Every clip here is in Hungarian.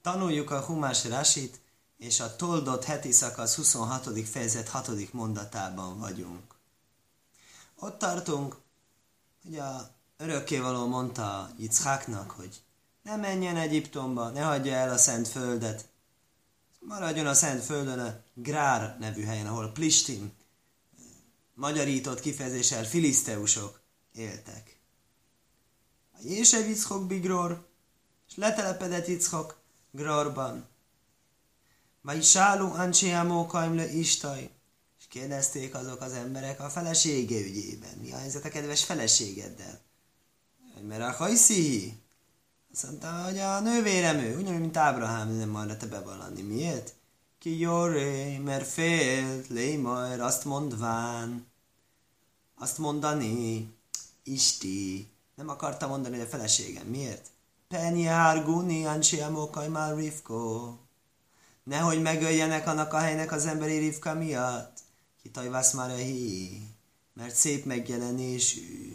Tanuljuk a Humás Rasit, és a Toldot heti szakasz 26. fejezet 6. mondatában vagyunk. Ott tartunk, hogy a örökkévaló mondta Yitzháknak, hogy ne menjen Egyiptomba, ne hagyja el a Szent Földet. Maradjon a Szent Földön a Grár nevű helyen, ahol Plistin, magyarított kifejezéssel filiszteusok éltek. A Jésev Yitzchok Bigror, és letelepedett Yitzchok Grorban. Vajsálu Ancsiámókaim le Istaj, és kérdezték azok az emberek a felesége ügyében. Mi a helyzet a kedves feleségeddel? Mert a hajszihi. Azt mondta, hogy a nővérem ő, ugyanúgy, mint Ábrahám, nem marad te bevallani. Miért? Ki joré, mert félt, lémajr, azt mondván. Azt mondani, Isti. Nem akarta mondani, hogy a feleségem. Miért? Penyár guni ancsiamokaj már Rivko. Nehogy megöljenek annak a helynek az emberi Rivka miatt. Kitajvász már a hí. Mert szép megjelenésű.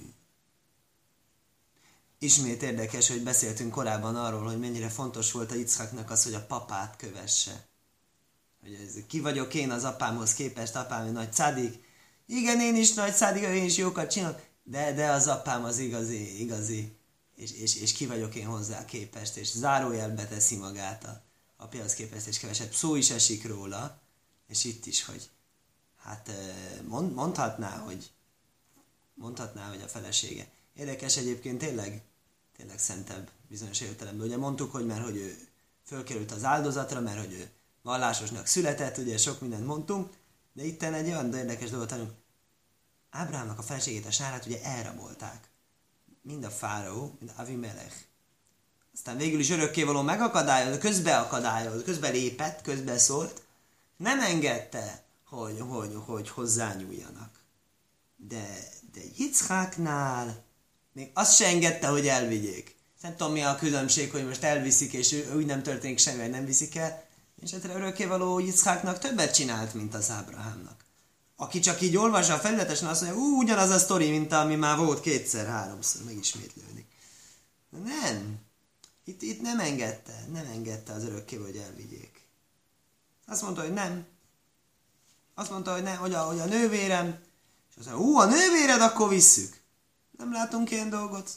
Ismét érdekes, hogy beszéltünk korábban arról, hogy mennyire fontos volt a Yitzháknak az, hogy a papát kövesse. Hogy ez, ki vagyok én az apámhoz képest, apám egy nagy cádik. Igen, én is nagy cádik, én is jókat csinálok, de az apám az igazi. És ki vagyok én hozzá képest, és zárójelbe teszi magát a apjához képest, és kevesebb szó is esik róla, és itt is, hogy hát mondhatná, hogy a felesége. Érdekes egyébként tényleg szentebb bizonyos értelemben. Ugye mondtuk, hogy mert hogy ő fölkerült az áldozatra, mert hogy ő vallásosnak született, ugye sok mindent mondtunk, de itten egy olyan érdekes dolgot tanulunk. Ábrahámnak a feleségét, a Sárát ugye elrabolták. Mind a fáraó, mind Avimelech. Aztán végül is örökkévaló megakadályozott, közbelépett, közbeszólt, nem engedte, hogy hozzányúljanak. De Yitzháknál még azt se engedte, hogy elvigyék. Nem tudom, mi a különbség, hogy most elviszik, és úgy nem történik semmi, hogy nem viszik el. És hát örökkévaló Yitzháknak többet csinált, mint az Ábrahámnak. Aki csak így olvassa a felületesen, azt mondja, ugyanaz a sztori, mint ami már volt kétszer-háromszor, megismétlődik. Nem. Itt nem engedte az örökkévaló, hogy elvigyék. Azt mondta, hogy nem. Azt mondta, hogy nem, hogy a nővérem, és azt mondja, a nővéred, akkor visszük. Nem látunk ilyen dolgot?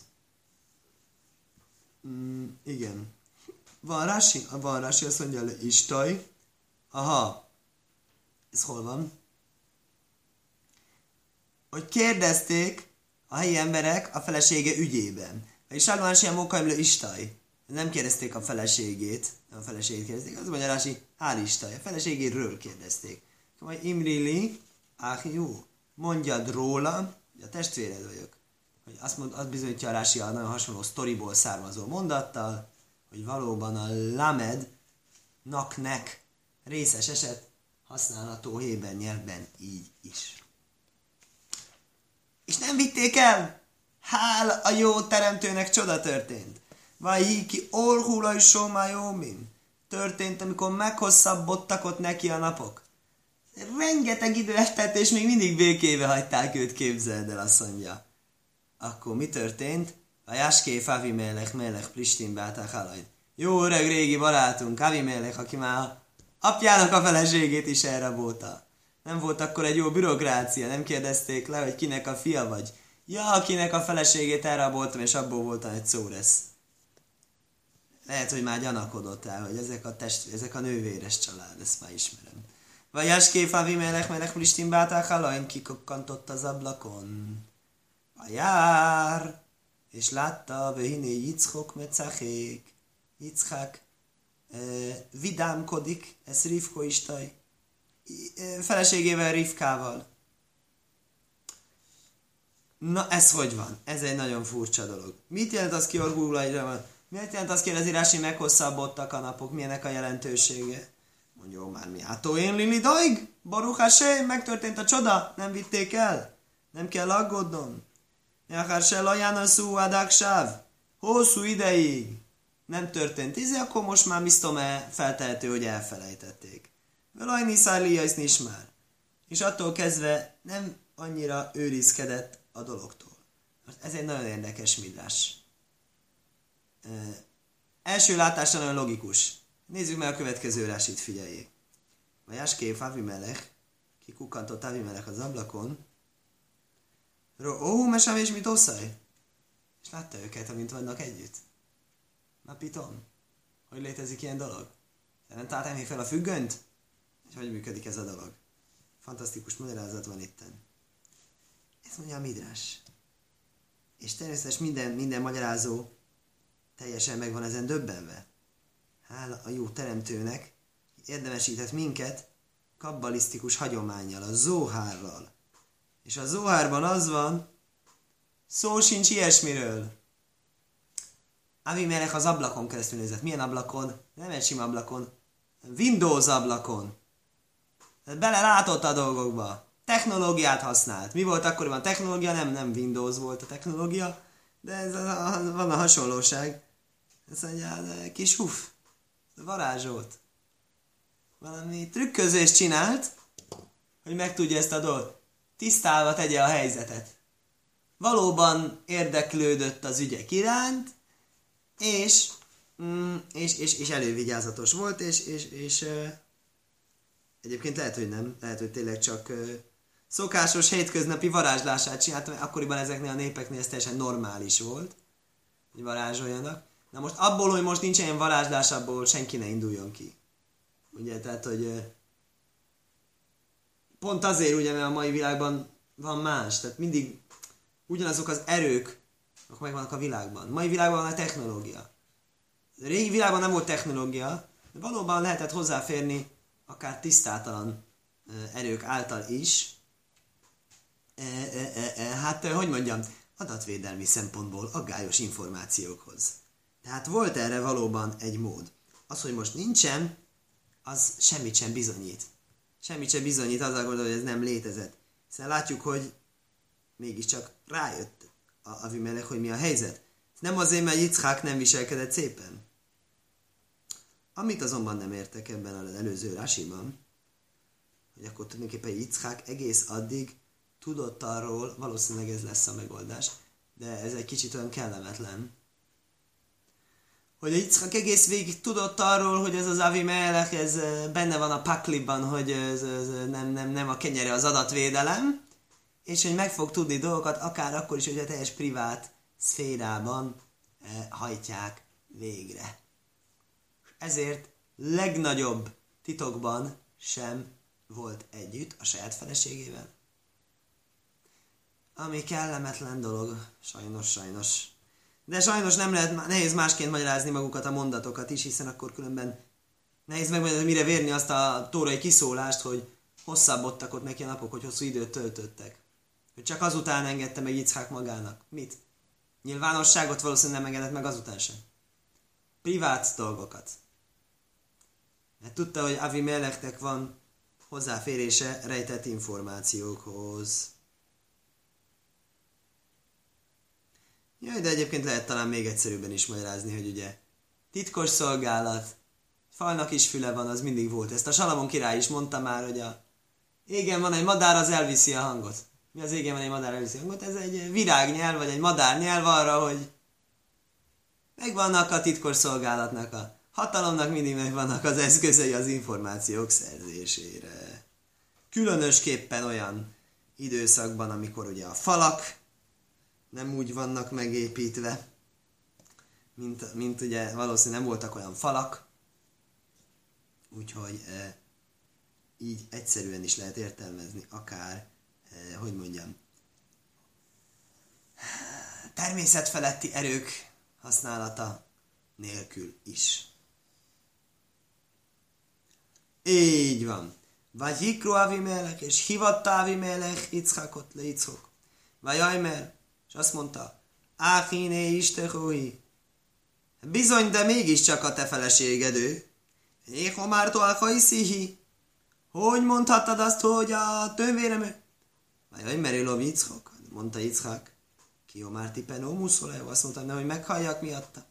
Igen. Van Rashi, azt mondja le, Istaj. Aha. Ez hol van? Hogy kérdezték a helyi emberek a felesége ügyében. És Sálván sem Mókaim le Istaj. Nem kérdezték a feleségét, nem a feleségét kérdezték, az mondja Rashi, hál' Istaj. A feleségéről kérdezték. Majd Imrili, Áhiú, mondjad róla, hogy a testvéred vagyok. Hogy azt bizonyítja a Rashi a nagyon hasonló sztoriból származó mondattal, hogy valóban a lamednak részes eset használható héber nyelvben így is. És nem vitték el! Hál a jó teremtőnek, csoda történt. Vajhiki orhulaj somájómin. Történt, amikor meghosszabbodtak ott neki a napok. Rengeteg idő eltelt, és még mindig békébe hagyták őt, képzeld el, azt mondja. Akkor mi történt? A Jaskéf Avimelech Melech Plistin Bátach Alajn. Jó öreg régi barátunk, Avimelech, aki már apjának a feleségét is elrabolta. Nem volt akkor egy jó bürokrácia, nem kérdezték le, hogy kinek a fia vagy. Ja, akinek a feleségét elraboltam, és abból voltam egy szóresz. Lehet, hogy már gyanakodott el, hogy ezek a nővéres család, ezt már ismerem. Vagy Jaskéf Avimelech Melech Plistin Bátach Alajn kikokkantott az ablakon. A jár, és látta, Vehiné Yitzchok Meczachék. Yitzchak vidámkodik, ez Rivko Istaj, feleségével, Rivkával. Na, ez hogy van? Ez egy nagyon furcsa dolog. Mit jelent az ki orgulajra? Miért jelent az kérdezi Rashi, meghosszabbodtak a napok? Milyenek a jelentősége? Mondja, már mi? Hát én Lili Daig? Baruch Hashem, megtörtént a csoda? Nem vitték el? Nem kell aggódnom. Jachar se laján szú adaksáv. Hosszú ideig nem történt akkor most már biztos feltehető, hogy elfelejtették. Velajni szállíjajsz nincs már. És attól kezdve nem annyira őrizkedett a dologtól. Most ez egy nagyon érdekes midrás. Első látásra nagyon logikus. Nézzük meg a következő rásit, figyeljék. Vajáskép Avimelech, kikukkantott Avimelech az ablakon. Ó, mesem és mit oszaj? És látta őket, amint vannak együtt. Na piton, hogy létezik ilyen dolog? Nem táltam fel a függönyt? És hogy működik ez a dolog? Fantasztikus magyarázat van itten. Ez mondja a Midrás. És természetesen minden magyarázó teljesen meg van ezen döbbenve. Hála a jó teremtőnek, érdemesített minket kabbalisztikus hagyománnyal, a Zohárral. És a Zohárban az van, szó sincs ilyesmiről. Avimelech az ablakon keresztül nézett. Milyen ablakon? Nem egy sima ablakon. Windows ablakon. Belelátott a dolgokba. Technológiát használt. Mi volt akkoriban technológia? Nem Windows volt a technológia, de van a hasonlóság. Ezt mondja, kis varázsolt. Valami trükközést csinált, hogy megtudja ezt a dolgot. Tisztálva tegye a helyzetet. Valóban érdeklődött az ügyek iránt, és elővigyázatos volt, és egyébként lehet, hogy nem. Lehet, hogy tényleg csak szokásos hétköznapi varázslását csinált, mert akkoriban ezeknél a népeknél ez teljesen normális volt, hogy varázsoljanak. Na most abból, hogy most nincs ilyen varázslás, abból senki ne induljon ki. Ugye, tehát, hogy pont azért, ugye, mert a mai világban van más. Tehát mindig ugyanazok az erők, akkor megvannak a világban. A mai világban van a technológia. A régi világban nem volt technológia, de valóban lehetett hozzáférni akár tisztátalan erők által is. Hogy mondjam, adatvédelmi szempontból aggályos információkhoz. Tehát volt erre valóban egy mód. Az, hogy most nincsen, az semmit sem bizonyít. Semmit sem bizonyít azzal gondolom, hogy ez nem létezett. Hiszen látjuk, hogy mégiscsak rájött Avimelech, hogy mi a helyzet. Nem azért, mert Yitzhak nem viselkedett szépen. Amit azonban nem értek ebben az előző rásiban, hogy akkor tulajdonképpen Yitzhak egész addig tudott arról, valószínűleg ez lesz a megoldás, de ez egy kicsit olyan kellemetlen, hogy a Yitzhak egész végig tudott arról, hogy ez az Avimelech, ez benne van a pakliban, hogy ez nem a kenyere az adatvédelem, és hogy meg fog tudni dolgokat, akár akkor is, hogy a teljes privát szférában hajtják végre. Ezért legnagyobb titokban sem volt együtt a saját feleségével. Ami kellemetlen dolog, sajnos. De sajnos nem lehet, nehéz másként magyarázni magukat a mondatokat is, hiszen akkor különben nehéz megmondani, mire vérni azt a tórai kiszólást, hogy hosszabbodtak ott neki a napok, hogy hosszú időt töltöttek. Hogy csak azután engedte meg Yitzhak magának. Mit? Nyilvánosságot valószínűleg nem engedett meg azután sem. Privát dolgokat. Mert tudta, hogy Avimelechnek van hozzáférése rejtett információkhoz. Jaj, de egyébként lehet talán még egyszerűbben is magyarázni, hogy ugye titkos szolgálat, falnak is füle van, az mindig volt. Ezt a Salamon király is mondta már, hogy a égen van egy madár, az elviszi a hangot. Mi az égen van egy madár, elviszi a hangot? Ez egy virágnyelv, vagy egy madárnyelv arra, hogy megvannak a titkos szolgálatnak, a hatalomnak mindig megvannak az eszközei az információk szerzésére. Különösképpen olyan időszakban, amikor ugye a falak nem úgy vannak megépítve, mint ugye valószínűleg nem voltak olyan falak, úgyhogy így egyszerűen is lehet értelmezni, akár, hogy mondjam, természetfeletti erők használata nélkül is. Így van. Vagy Hikru Avimelech, és hivatta Avimelech Yitzhakot le Yitzhok. Vagy Ajmer, és azt mondta, Áhiné Istehói, bizony, de mégiscsak a te feleséged ő. Éhomártó Alkaiszihi, hogy mondhattad azt, hogy a tönvérem ő? Vagy Ajmer Ilov Yitzhok, mondta Yitzhak, ki Omárti Penó Muszoleo, azt mondtam, hogy meghalljak miatta.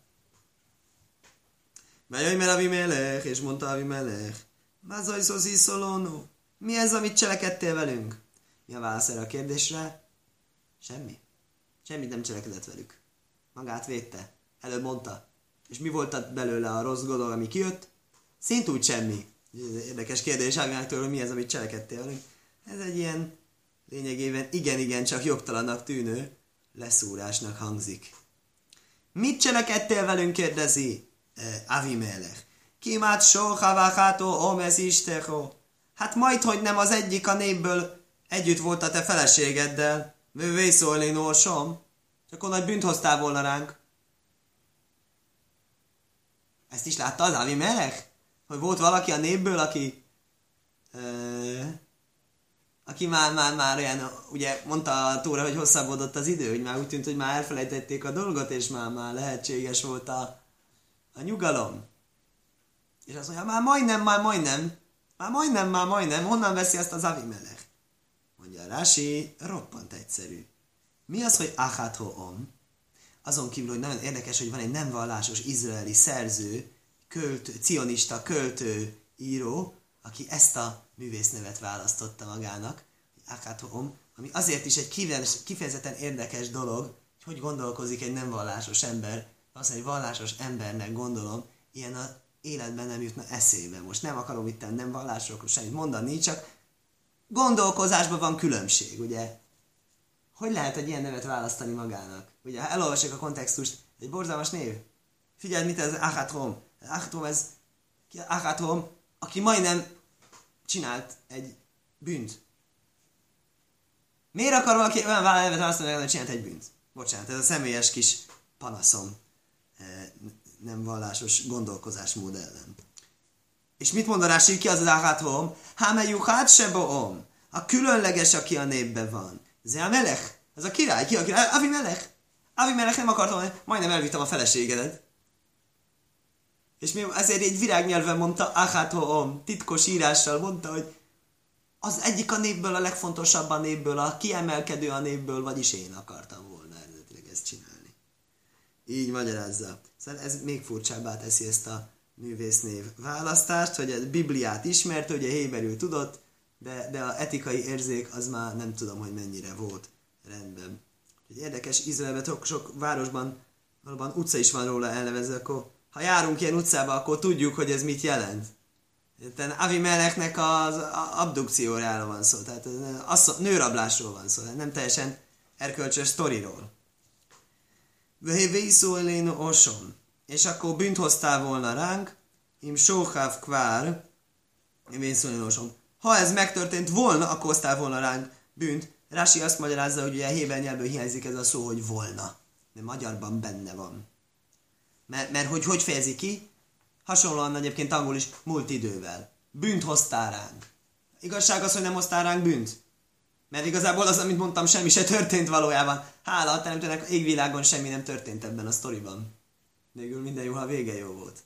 Vagy Ajmer Avimelech, és mondta Avimelech, Mazajszoszi Szolónó, mi ez, amit cselekedtél velünk? Mi a válasz erre a kérdésre? Semmi. Semmit nem cselekedett velük. Magát védte. Előbb mondta. És mi volt belőle a rossz dolog, ami kijött? Szint úgy semmi. Érdekes kérdés Avimellechtől, hogy mi ez, amit cselekedtél. Ez egy ilyen lényegében igen, csak jogtalannak tűnő leszúrásnak hangzik. Mit cselekedtél velünk, kérdezi Avimelech. Kimát sohavachátó omez istecho. Hát majd, hogy nem az egyik a népből együtt volt a te feleségeddel. Vészolni orsom. Csak nagy bűnt hoztál volna ránk. Ezt is látta az Avimelech? Hogy volt valaki a népből, aki már olyan, ugye mondta a Tóra, hogy hosszabbodott az idő, hogy már úgy tűnt, hogy már elfelejtették a dolgot, és már lehetséges volt a nyugalom. És azt mondja, már majdnem, honnan veszi azt az Avimelech? Mondja Rási, roppant egyszerű. Mi az, hogy Achat Ho'om? Azon kívül, hogy nagyon érdekes, hogy van egy nem vallásos izraeli szerző, cionista költő, író, aki ezt a művésznevet választotta magának, Achat Ho'om, ami azért is egy kifejezetten érdekes dolog, hogy gondolkozik egy nem vallásos ember. Azt mondja, hogy vallásos embernek gondolom, ilyen az életben nem jutna eszébe. Most nem akarom itt nem vallásokról semmit mondani, csak gondolkozásban van különbség, ugye? Hogy lehet egy ilyen nevet választani magának? Ugye, ha elolvasok a kontextust, egy borzalmas név. Figyeld, mit ez Achat Ho'om. Achat Ho'om, aki majdnem csinált egy bűnt. Miért akar valaki olyan nevet választani, hogy csinált egy bűnt? Bocsánat, ez a személyes kis panaszom nem vallásos gondolkozásmód ellen. És mit mond a Rási, ki az Achat Ho'om? Hámejuchát sebo'om. A különleges, aki a népben van. Ez a Melech. Ez a király. Ki a király? Avimelech. Avimelech nem akartam, majdnem elvittem a feleségedet. És még ezért egy virágnyelven mondta Achat Ho'om, titkos írással mondta, hogy az egyik a népből, a legfontosabb a népből, a kiemelkedő a népből, vagyis én akartam volna eredetileg ezt csinálni. Így magyarázza. Szóval ez még furcsábbá teszi ezt a művésznév választást, hogy a Bibliát ismert, ugye héberül tudott, de a etikai érzék az már nem tudom, hogy mennyire volt rendben. Érdekes, Izraelben sok városban valóban utca is van róla elnevezve, akkor ha járunk ilyen utcába, akkor tudjuk, hogy ez mit jelent. Avimelechnek az abdukciójáról van szó, tehát nőrablásról van szó, nem teljesen erkölcsös sztoriról. És akkor bűnt hoztál volna ránk, im sóháv kvár, ha ez megtörtént volna, akkor hoztál volna ránk bűnt. Rási azt magyarázza, hogy ugye a héber nyelvből hiányzik ez a szó, hogy volna. De magyarban benne van. Mert hogy fejezi ki? Hasonlóan egyébként angol is múlt idővel. Bűnt hoztál ránk. Igazság az, hogy nem hoztál ránk bűnt. Mert igazából az, amit mondtam, semmi se történt valójában. Hála a teremtőnek, égvilágon semmi nem történt ebben a sztoriban. Végül minden jó, ha a vége jó volt.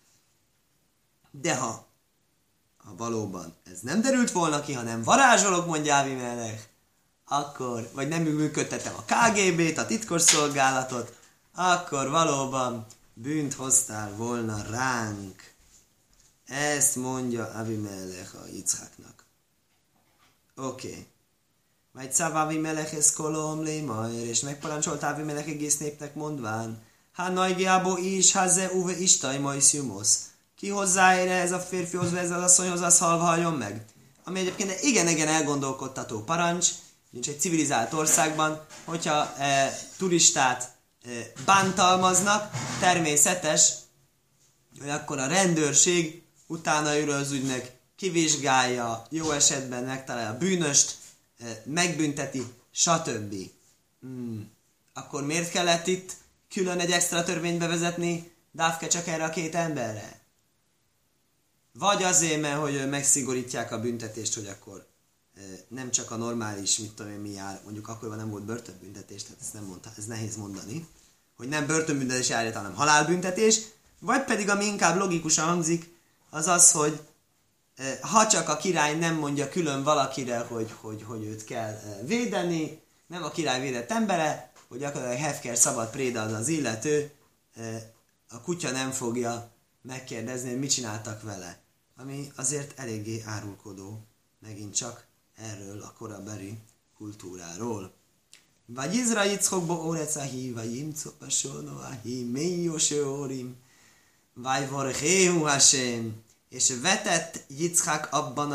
De ha valóban ez nem derült volna ki, hanem varázsolok, mondja Avimelech, akkor, vagy nem működtetem a KGB-t, a titkosszolgálatot, akkor valóban bűnt hoztál volna ránk. Ezt mondja Avimelech a Yitzchaknak. Oké. Majd szav Avimelech ez kolom lémajr, és megparancsolt Avimelech egész népnek mondván, ha najgiábo is, ha ze uve istaj majszjumosz. Ki hozzáér ez a férfihoz, vagy ez az asszonyhoz, az haljon meg. Ami egyébként igen elgondolkodtató parancs, nincs egy civilizált országban, hogyha turistát bántalmaznak, természetes, hogy akkor a rendőrség utána ül az ügynek, kivizsgálja, jó esetben megtalálja a bűnöst, megbünteti, stb. Akkor miért kellett itt külön egy extra törvényt bevezetni, dávke csak erre a két emberre? Vagy azért, mert hogy megszigorítják a büntetést, hogy akkor nem csak a normális, mit tudom én mi jár, mondjuk akkoriban nem volt börtönbüntetés, tehát ezt nem mondta, ez nehéz mondani, hogy nem börtönbüntetés járja, hanem halálbüntetés, vagy pedig, ami inkább logikusan hangzik, az az, hogy ha csak a király nem mondja külön valakire, hogy őt kell védeni, nem a király védett embere, hogy gyakorlatilag Hefker szabad préda az illető, a kutya nem fogja megkérdezni, hogy mit csináltak vele. Ami azért eléggé árulkodó, megint csak erről a korabeli kultúráról. Vagy Izrael Yitzchokbo orecahi, vagy imcopasonoahi, meiosheorim, vagy vorhéhu Hashem, és vetett Yitzchak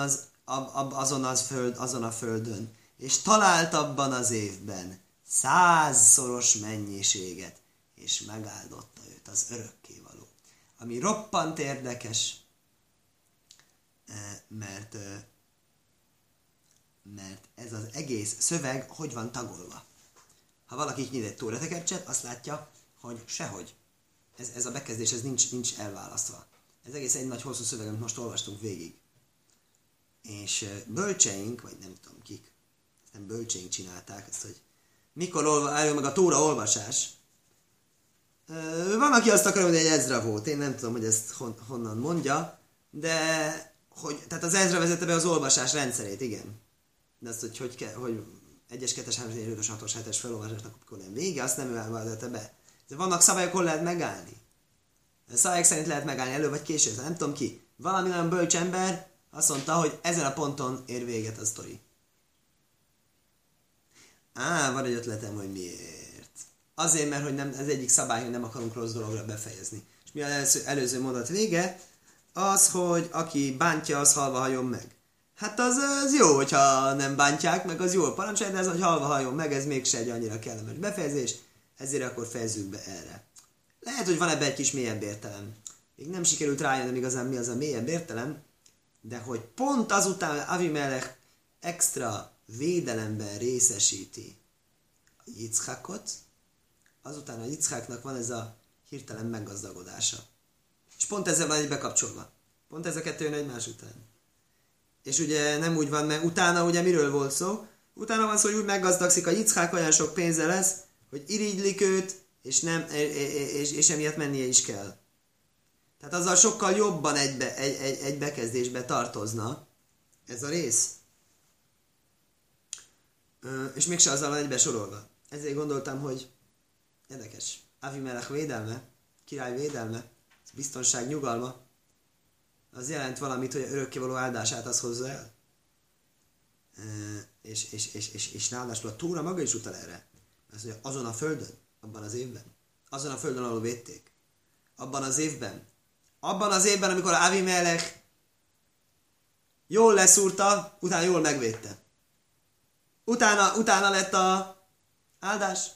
azon a földön, és talált abban az évben 100-szoros mennyiséget, és megáldotta őt az örökkévaló. Ami roppant érdekes, mert ez az egész szöveg hogy van tagolva. Ha valaki nyit egy tóratekercset, azt látja, hogy sehogy. Ez a bekezdés ez nincs elválasztva. Ez egész egy nagy hosszú szöveg, amit most olvastunk végig. És bölcseink, vagy nem tudom kik, nem bölcseink csinálták ezt, hogy mikor álljon meg a tóra olvasás. Van, aki azt akarja, hogy egy Ezra volt. Én nem tudom, hogy ezt honnan mondja, de tehát az Ezra vezette be az olvasás rendszerét, igen. De azt, hogy 1-es, 2-es, 3-es, 4-es, 5-ös, 6-os, 7-es felolvasásnak akkor nem vége, azt nem ő vezette be. De vannak szabályok, hol lehet megállni. A szabályok szerint lehet megállni elő vagy később, nem tudom ki. Valami nagyon bölcs ember azt mondta, hogy ezen a ponton ér véget a sztori. Van egy ötletem, hogy miért. Azért, mert hogy nem, ez egyik szabály, hogy nem akarunk rossz dologra befejezni. És mi az előző mondat vége? Az, hogy aki bántja, az halva hajjon meg. Hát az jó, hogyha nem bántják, meg az jól parancsolja, de ez, hogy halva hajjon meg, ez mégse egy annyira kellemes befejezés, ezért akkor fejezzük be erre. Lehet, hogy van ebben egy kis mélyebb értelem. Még nem sikerült rájönnöm igazán, mi az a mélyebb értelem, de hogy pont azután Avimelech extra védelemben részesíti a Yitzchakot, azután a Yitzchaknak van ez a hirtelen meggazdagodása. És pont ezzel van egy bekapcsolva. Pont ez a kettő jön egymás után. És ugye nem úgy van, mert utána ugye miről volt szó? Utána van szó, hogy úgy meggazdagszik a Yitzchak, olyan sok pénze lesz, hogy irigylik őt, és emiatt mennie is kell. Tehát azzal sokkal jobban egy bekezdésbe tartozna ez a rész. És mégse azzal van egybe sorolva. Ezért gondoltam, hogy érdekes. Avimelech védelme, király védelme, biztonság, nyugalma, az jelent valamit, hogy örökkévaló áldását az hozza el. És ráadásul a Tóra maga is utal erre. Azt mondja, azon a földön, abban az évben, azon a földön, ahol védték, abban az évben, amikor Avimelech jól leszúrta, utána jól megvédte. Utána lett a áldás.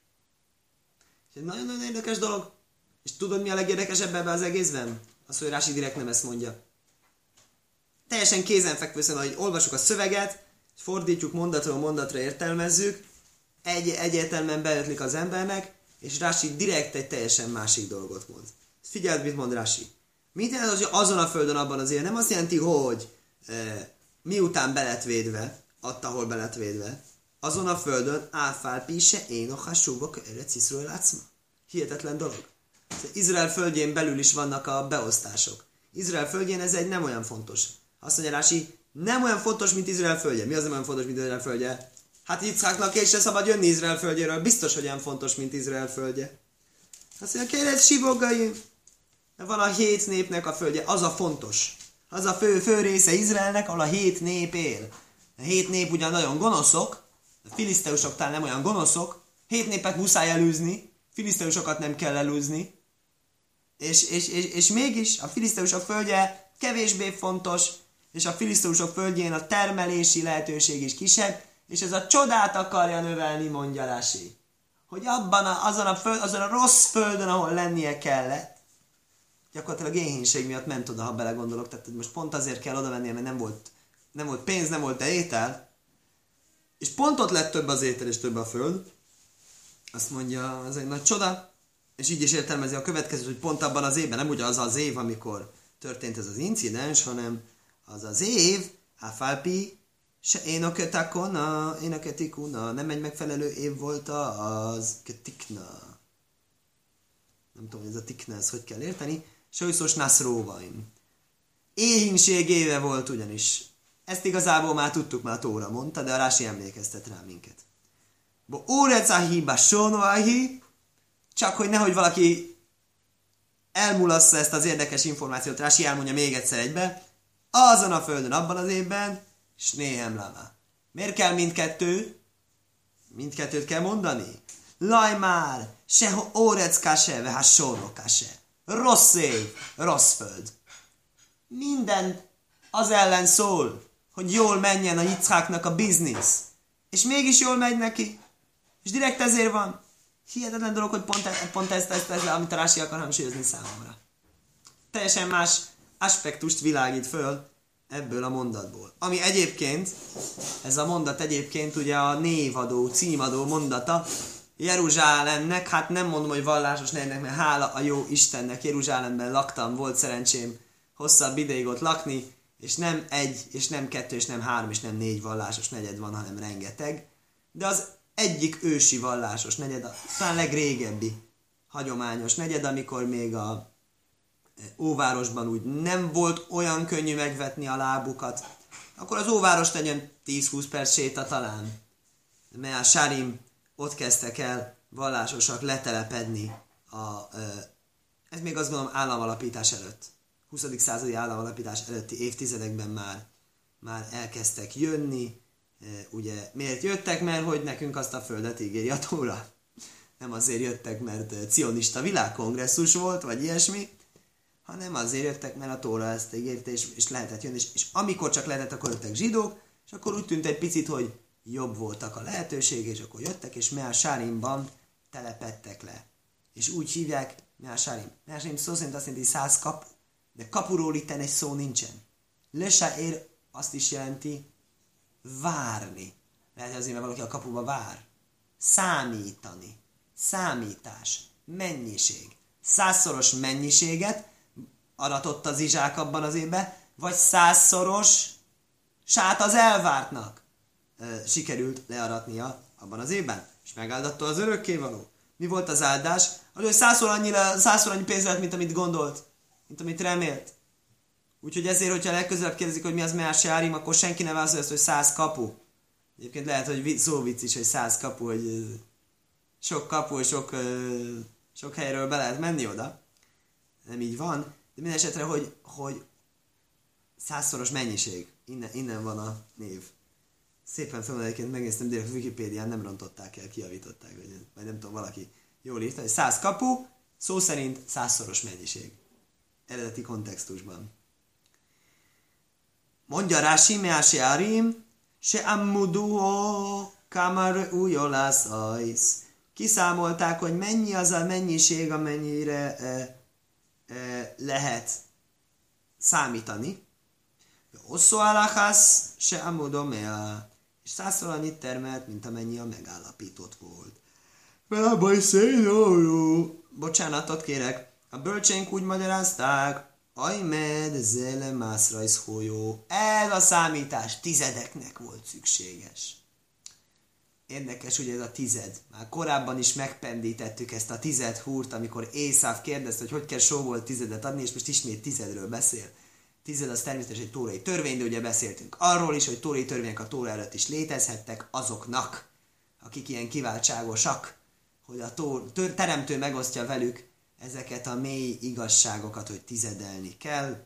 És egy nagyon-nagyon érdekes dolog. És tudod, mi a legérdekesebb ebben az egészben? Az, hogy Rási direkt nem ezt mondja. Teljesen kézenfekvően, hogy olvasjuk a szöveget, fordítjuk mondatról mondatra, értelmezzük, egyértelműen beötlik az embernek, és Rási direkt egy teljesen másik dolgot mond. Figyeld, mit mond Rási. Mit jelent, hogy azon a földön, abban az éven? Nem azt jelenti, hogy miután be lett védve, ahol be lett védve, azon a földön áfálpi se énoch hasúbok eretz Iszrael átszma. Hihetetlen dolog. Izrael földjén belül is vannak a beosztások. Izrael földjén ez egy nem olyan fontos. Azt mondja Rási, nem olyan fontos, mint Izrael földje. Mi az nem olyan fontos, mint Izrael földje? Hát Yitzchaknak később szabad jönni Izrael földjéről. Biztos, hogy olyan fontos, mint Izrael földje. Azt mondja, kérdez sivogai. Van a 7 népnek a földje. Az a fontos. Az a fő része Izraelnek, ahol a 7 nép él. A 7 nép ugyan nagyon gonoszok, a filiszteusok talán nem olyan gonoszok. 7 népet muszáj elűzni, filiszteusokat nem kell elűzni. És mégis a filiszteusok földje kevésbé fontos, és a filiszteusok földjén a termelési lehetőség is kisebb, és ez a csodát akarja növelni, mondja Rási. Hogy azon a rossz földön, ahol lennie kellett, gyakorlatilag éhínség miatt ment oda, ha belegondolok, tehát most pont azért kell oda mennie, mert nem volt pénz, nem volt étel, és pont ott lett több az étel és több a föld. Azt mondja, ez egy nagy csoda, és így is értelmezi a következőt, hogy pont abban az évben, nem ugye az az év, amikor történt ez az incidens, hanem az az év, Áfálpi, se énoketikuna, nem egy megfelelő év volt az ketikna. Nem tudom, hogy ez a tikna, ez hogy kell érteni. Sajszos nászróvaim. Éhínség éve volt ugyanis. Ezt igazából már tudtuk, már Tóra mondta, de a Rási emlékeztet rá minket. Bo órecahi basonvahi, csak hogy nehogy valaki elmulassza ezt az érdekes információt, Rási elmondja még egyszer egybe, azon a földön, abban az évben, s néhem lama. Miért kell mindkettő? Mindkettőt kell mondani? Laj már, se órec kase, ve hasonló kase. Rossz év, rossz föld. Minden az ellen szól, hogy jól menjen a Yitzháknak a biznisz. És mégis jól megy neki. És direkt ezért van. Hihetetlen dolog, hogy pont ezt amit a Rási akar hangsúlyozni számomra. Teljesen más aspektust világít föl ebből a mondatból. Ami egyébként, ez a mondat egyébként ugye a névadó, címadó mondata Jeruzsálemnek, hát nem mondom, hogy vallásos negyednek, mert hála a jó Istennek, Jeruzsálemben laktam, volt szerencsém hosszabb ideig ott lakni, és nem egy, és nem kettő, és nem három, és nem négy vallásos negyed van, hanem rengeteg. De az egyik ősi vallásos negyed, talán legrégebbi hagyományos negyed, amikor még a óvárosban úgy nem volt olyan könnyű megvetni a lábukat, akkor az óváros tegyen 10-20 perc séta talán. Mert a Sárim ott kezdtek el vallásosak letelepedni ez még azt gondolom államalapítás előtt. 20. századi államalapítás előtti évtizedekben már elkezdtek jönni. Ugye miért jöttek? Mert hogy nekünk azt a földet ígéri a Tóra. Nem azért jöttek, mert cionista világkongresszus volt, vagy ilyesmi, hanem azért jöttek, mert a Tóra ezt ígérte, és lehetett jönni. És amikor csak lehetett, akkor jöttek zsidók, és akkor úgy tűnt egy picit, hogy jobb voltak a lehetőség, és akkor jöttek, és Mea Sárimban telepedtek le. És úgy hívják Mea Sárim. Mea Sárim szó szerint azt jelenti 100 kapu, de kapuról itten egy szó nincsen. Lesáér azt is jelenti várni. Lehet, azért, mert valaki a kapuba vár. Számítani. Számítás. Mennyiség. 100-szoros mennyiséget aratott az izsák abban az évben, vagy 100-szoros sát az elvártnak sikerült learatnia abban az évben. És megáldatta az örökkévaló. Mi volt az áldás? Hogy 100-szor annyi pénz lett, mint amit gondolt. Mint amit remélt. Úgyhogy ezért, hogyha legközelebb kérdezik, hogy mi az Mea Sárim, akkor senki ne válaszolja azt, hogy 100 kapu. Egyébként lehet, hogy szóvic is, hogy 100 kapu, hogy sok kapu, sok helyről be lehet menni oda. Nem így van. De minden esetre, hogy 100-szoros mennyiség. Innen van a név. Szépen fel, egyébként megnéztem, direkt Wikipédián nem rontották el, kijavították, vagy nem tudom, valaki jól írta, hogy 100 kapu, szó szerint 100-szoros mennyiség. Eredeti kontextusban. Mondja Rási, Mea Sárim, se ammuduho kamar ujolász ajsz. Kiszámolták, hogy mennyi az a mennyiség, amennyire lehet számítani. Osszó aláhász, se ammudo mea. És 100-szor annyit termelt, mint amennyi a megállapított volt. Velabaj szénóró. Bocsánatot kérek. A bölcsénk úgy magyarázták, Ajmed zele mászrajsz folyó. Ez a számítás tizedeknek volt szükséges. Érdekes, ugye ez a tized. Már korábban is megpendítettük ezt a tized húrt, amikor Észáv kérdezte, hogy kell sóvolt tizedet adni, és most ismét tizedről beszél. Tized az természetesen egy tórai törvény, de ugye beszéltünk arról is, hogy tórai törvények a Tóra előtt is létezhettek azoknak, akik ilyen kiváltságosak, hogy a teremtő megosztja velük ezeket a mély igazságokat, hogy tizedelni kell,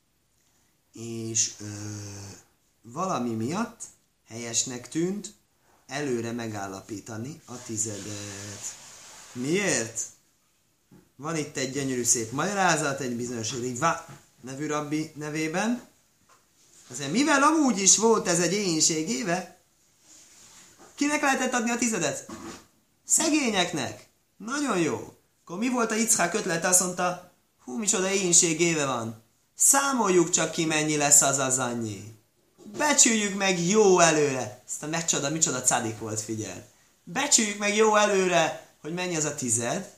és valami miatt helyesnek tűnt előre megállapítani a tizedet. Miért? Van itt egy gyönyörű szép magyarázat, egy bizonyos Riva nevű rabbi nevében. Azért mivel amúgy is volt ez egy éhínség éve, kinek lehetett adni a tizedet? Szegényeknek. Nagyon jó. Akkor mi volt a Yitzhák ötlete? Azt mondta, micsoda éhínség éve van. Számoljuk csak ki, mennyi lesz az annyi. Becsüljük meg jó előre. Ezt a micsoda cádik volt, figyel. Becsüljük meg jó előre, hogy mennyi az a tized.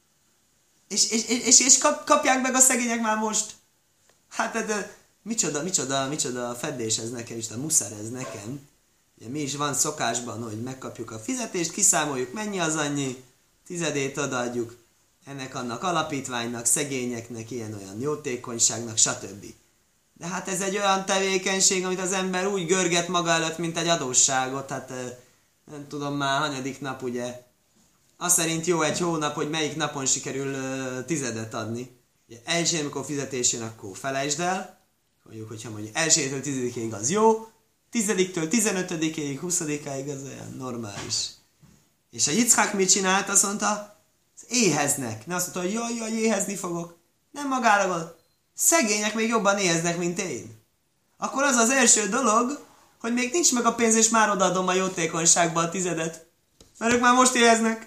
És kapják meg a szegények már most. Hát micsoda fedés ez nekem, és a muszár ez nekem. Ugye, mi is van szokásban, hogy megkapjuk a fizetést, kiszámoljuk, mennyi az annyi, tizedét odaadjuk ennek-annak alapítványnak, szegényeknek, ilyen-olyan jótékonyságnak, stb. De hát ez egy olyan tevékenység, amit az ember úgy görget maga előtt, mint egy adósságot, hát nem tudom már hanyadik nap, ugye. Azt szerint jó egy hónap, hogy melyik napon sikerül tizedet adni. Ugye első, amikor fizetés jön, akkor felejtsd el. Mondjuk, hogyha mondjuk elsőtől 10-ig az jó, 10-től 15-ig, 20-ig az olyan normális. És a Yitzhák mit csinált? Azt mondta, éheznek. Ne azt mondta, hogy jaj, éhezni fogok. Nem magára van. szegények még jobban éheznek, mint én. Akkor az az első dolog, hogy még nincs meg a pénz, és már odaadom a jótékonyságba a 10. Mert ők már most éheznek.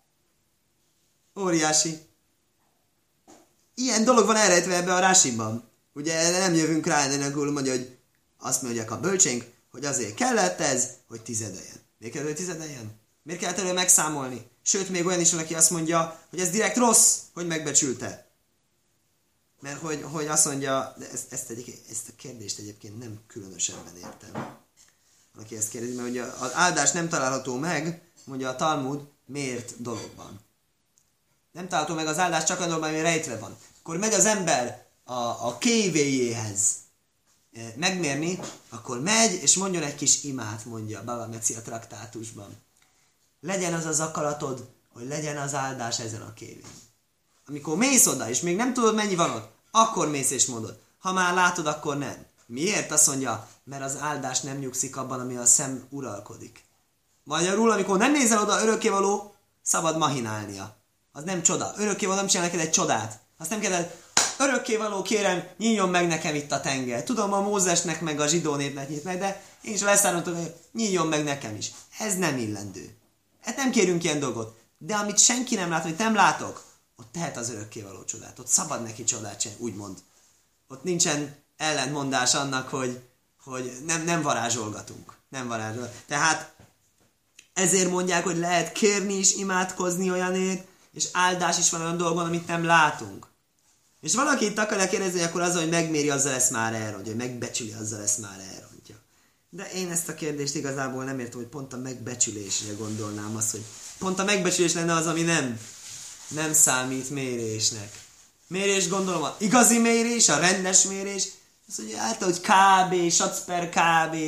Óriási. Ilyen dolog van elrejtve ebbe a Rásiban. Ugye erre nem jövünk rá, nélkül mondja, hogy azt mondják a bölcsénk, hogy azért kellett ez, hogy 10. Miért kellett, hogy 10? Miért kellett előre megszámolni? Sőt, még olyan is van, aki azt mondja, hogy ez direkt rossz, hogy megbecsülte. Mert hogy azt mondja, de ezt a kérdést egyébként nem különösebben értem. Valaki ezt kérdezi, mert ugye az áldás nem található meg, mondja a Talmud, miért dologban. Nem található meg az áldás csak olyan, ami rejtve van. Akkor megy az ember a kévéjéhez megmérni, akkor megy, és mondjon egy kis imát, mondja Baba Meci a traktátusban. Legyen az az akaratod, hogy legyen az áldás ezen a kévén. Amikor mész oda, és még nem tudod, mennyi van ott, akkor mész és mondod. Ha már látod, akkor nem. Miért? Azt mondja, mert az áldás nem nyugszik abban, ami a szem uralkodik. Magyarul, amikor nem nézel oda, örökkévaló, szabad mahinálnia. Az nem csoda. Örökkévaló nem csinál neked egy csodát. Azt nem kell, örökkévaló, kérem, nyíljon meg nekem itt a tenger. Tudom, a Mózesnek meg a zsidó népnek nyit meg, de én is leszállom, hogy nyíljon meg nekem is. Ez nem illendő. Hát nem kérünk ilyen dolgot. De amit senki nem lát, hogy nem látok, ott tehet az örökkévaló csodát. Ott szabad neki csodát csinálni, úgymond. Ott nincsen ellentmondás annak, hogy nem varázsolgatunk. Nem varázsolgatunk. Tehát ezért mondják, hogy lehet kérni is, imádkozni olyanért, és áldás is van olyan dolgon, amit nem látunk. És valaki itt akarja kérdezni, hogy akkor az, hogy megméri, azzal ezt már elrontja, hogy megbecsüli, azzal ezt már elrontja. De én ezt a kérdést igazából nem értem, hogy pont a megbecsülésre gondolnám azt, hogy pont a megbecsülés lenne az, ami nem számít mérésnek. Mérés gondolom, a igazi mérés, a rendes mérés, az, hogy általában, hogy kb, sac per kb,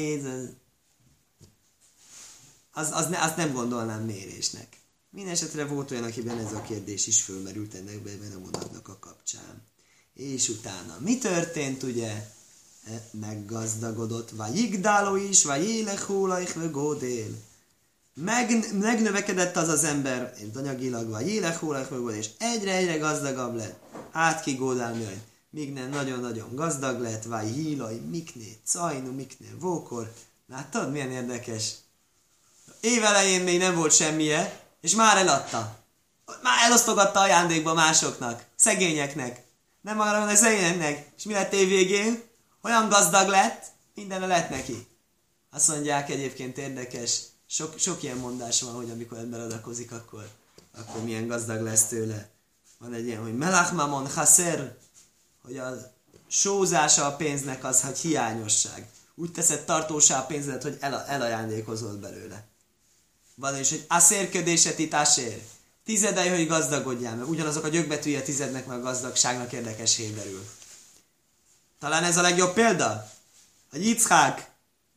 azt nem gondolnám mérésnek. Mindenesetre volt olyan, akiben ez a kérdés is fölmerült ennek benne a mondatnak a kapcsán. És utána mi történt, ugye? Meggazdagodott, vagy igdáló is, vagy élek hólaich, vagy gódél. Megnövekedett az az ember, anyagilag, vagy élek hólaich, vagy gódél, és egyre gazdagabb lett. Hát ki gódálni, míg nem nagyon-nagyon gazdag lett, vagy hílaj, mikné, cajnu, mikné, vókor. Láttad, milyen érdekes? Évelején még nem volt semmije, és már eladta. Már elosztogatta ajándékba másoknak, szegényeknek. Nem arra van, hogy szegényeknek. És mi lett év végén? Olyan gazdag lett, mindenre lett neki. Azt mondják egyébként érdekes, sok ilyen mondás van, hogy amikor ember adakozik, akkor milyen gazdag lesz tőle. Van egy ilyen, hogy melach mamon chaser, hogy a sózása a pénznek az, hogy hiányosság. Úgy teszed tartósá a pénzedet, hogy elajándékozol belőle. Van is, hogy asszérködéset itt asér. 10, hogy gazdagodjál, mert ugyanazok a gyökbetűje a 10-nek, meg a gazdagságnak érdekes héberül. Talán ez a legjobb példa? A Yitzchák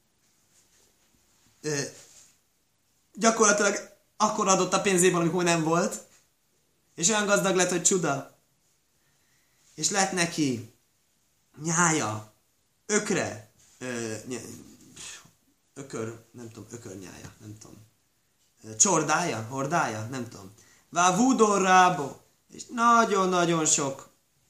gyakorlatilag akkor adott a pénzéből, amikor nem volt, és olyan gazdag lett, hogy csuda. És lett neki nyája, ökörnyája, nem tudom. Csordája, hordája, nem tudom. Vávúdorrábo, és nagyon-nagyon sok,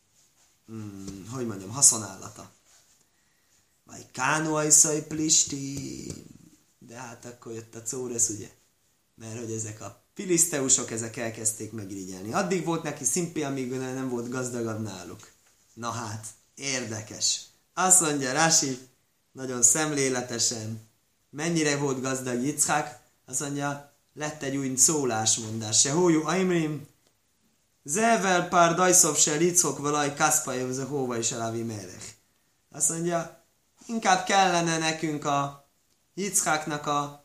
haszonállata. Vagy kánuajszai plisti, de hát akkor jött a córesz, ugye? Mert hogy ezek a filiszteusok, ezek elkezdték megirigyelni. Addig volt neki szimpi, amíg nem volt gazdagabb náluk. Na hát, érdekes. Azt mondja Rási, nagyon szemléletesen, mennyire volt gazdag Yitzchak, azt mondja, lett egy új szólásmondás. Se hójú aimrim, zevel pár dajszov se Yitzchok valaj kaszpajev ze hóva is elávi merech. Azt mondja, inkább kellene nekünk a Yitzchaknak a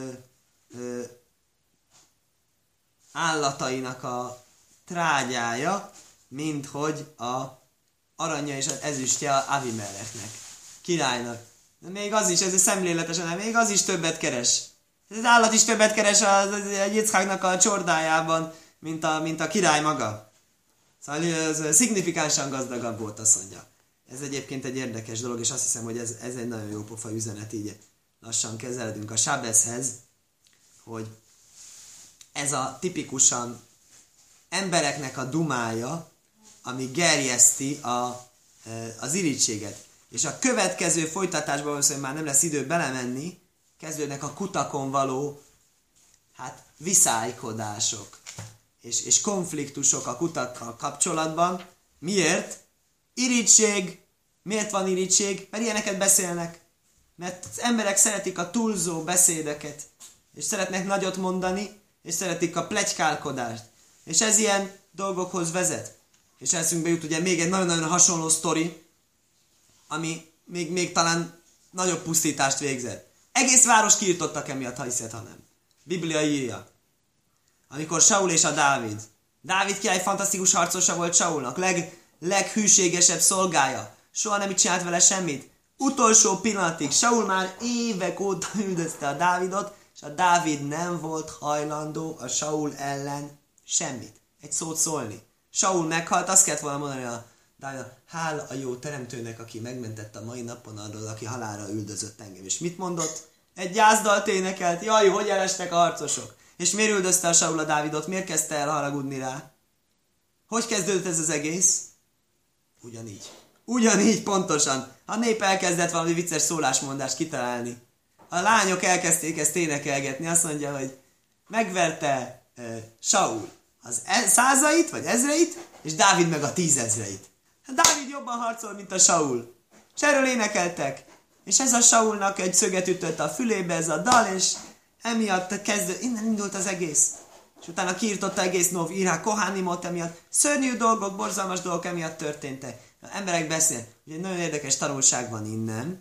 állatainak a trágyája, mint hogy a aranya és az ezüstje a Avimelechnek, királynak. De még az is, ez szemléletesen, még az is többet keres. Az állat is többet keres a Yitzchaknak a csordájában, mint a király maga. Szóval ez szignifikánsan gazdagabb volt, azt mondja. Ez egyébként egy érdekes dolog, és azt hiszem, hogy ez egy nagyon jó pofa üzenet, így lassan kezeledünk a Sábeszhez, hogy ez a tipikusan embereknek a dumája, ami gerjeszti a az irítséget. És a következő folytatásban, valószínűleg már nem lesz idő belemenni, kezdődnek a kutakon való viszálykodások és konfliktusok a kutakkal kapcsolatban. Miért? Irítség. Miért van irítség? Mert ilyeneket beszélnek. Mert az emberek szeretik a túlzó beszédeket, és szeretnek nagyot mondani, és szeretik a pletykálkodást. És ez ilyen dolgokhoz vezet. És eszünkbe jut ugye még egy nagyon-nagyon hasonló sztori, ami még talán nagyobb pusztítást végzett. Egész város kiirtottak emiatt, ha hiszed, ha nem. Biblia írja. Amikor Saul és a Dávid. Dávid király fantasztikus harcosa volt Saulnak, leghűségesebb szolgája. Soha nem csinált vele semmit. Utolsó pillanatig Saul már évek óta üldözte a Dávidot, és a Dávid nem volt hajlandó a Saul ellen semmit. Egy szót szólni. Saul meghalt, azt kellett volna mondani a Dávid, hála a jó teremtőnek, aki megmentette a mai napon arról, aki halálra üldözött engem. És mit mondott? Egy gyászdalt énekelt, jaj, hogy elestek a harcosok. És miért üldözte a Saul a Dávidot? Miért kezdte el haragudni rá? Hogy kezdődött ez az egész? Ugyanígy. Ugyanígy pontosan. A nép elkezdett valami vicces szólásmondást kitalálni. A lányok elkezdték ezt énekelgetni. Azt mondja, hogy megverte Saul az százait, vagy ezreit, és Dávid meg a 10 000-eit. Dávid jobban harcol, mint a Saul. És erről énekeltek. És ez a Saulnak egy szöget ütött a fülébe, ez a dal, és emiatt innen indult az egész. És utána kiirtotta egész Nov Írá Kohánimot emiatt. Szörnyű dolgok, borzalmas dolgok emiatt történtek. Az emberek beszélnek. Ugye nagyon érdekes tanulság van innen.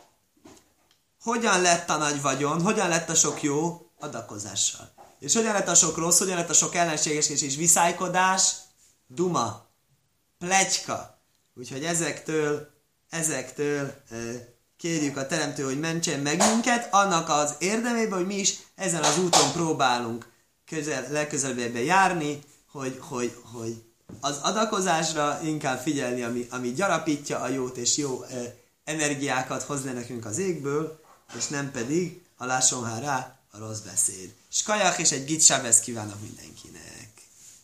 Hogyan lett a nagy vagyon, hogyan lett a sok jó? Adakozással. És hogyan lett a sok rossz, hogyan lett a sok ellenségeskedés és viszálykodás? Duma. Pletyka. Úgyhogy ezektől kérjük a Teremtő, hogy mentsen meg minket, annak az érdemében, hogy mi is ezen az úton próbálunk legközelebben járni, hogy az adakozásra inkább figyelni, ami gyarapítja a jót, és jó energiákat hoz le nekünk az égből, és nem pedig a lásson rá a rossz beszéd. Skajach és egy git sábesz kívánok mindenkinek!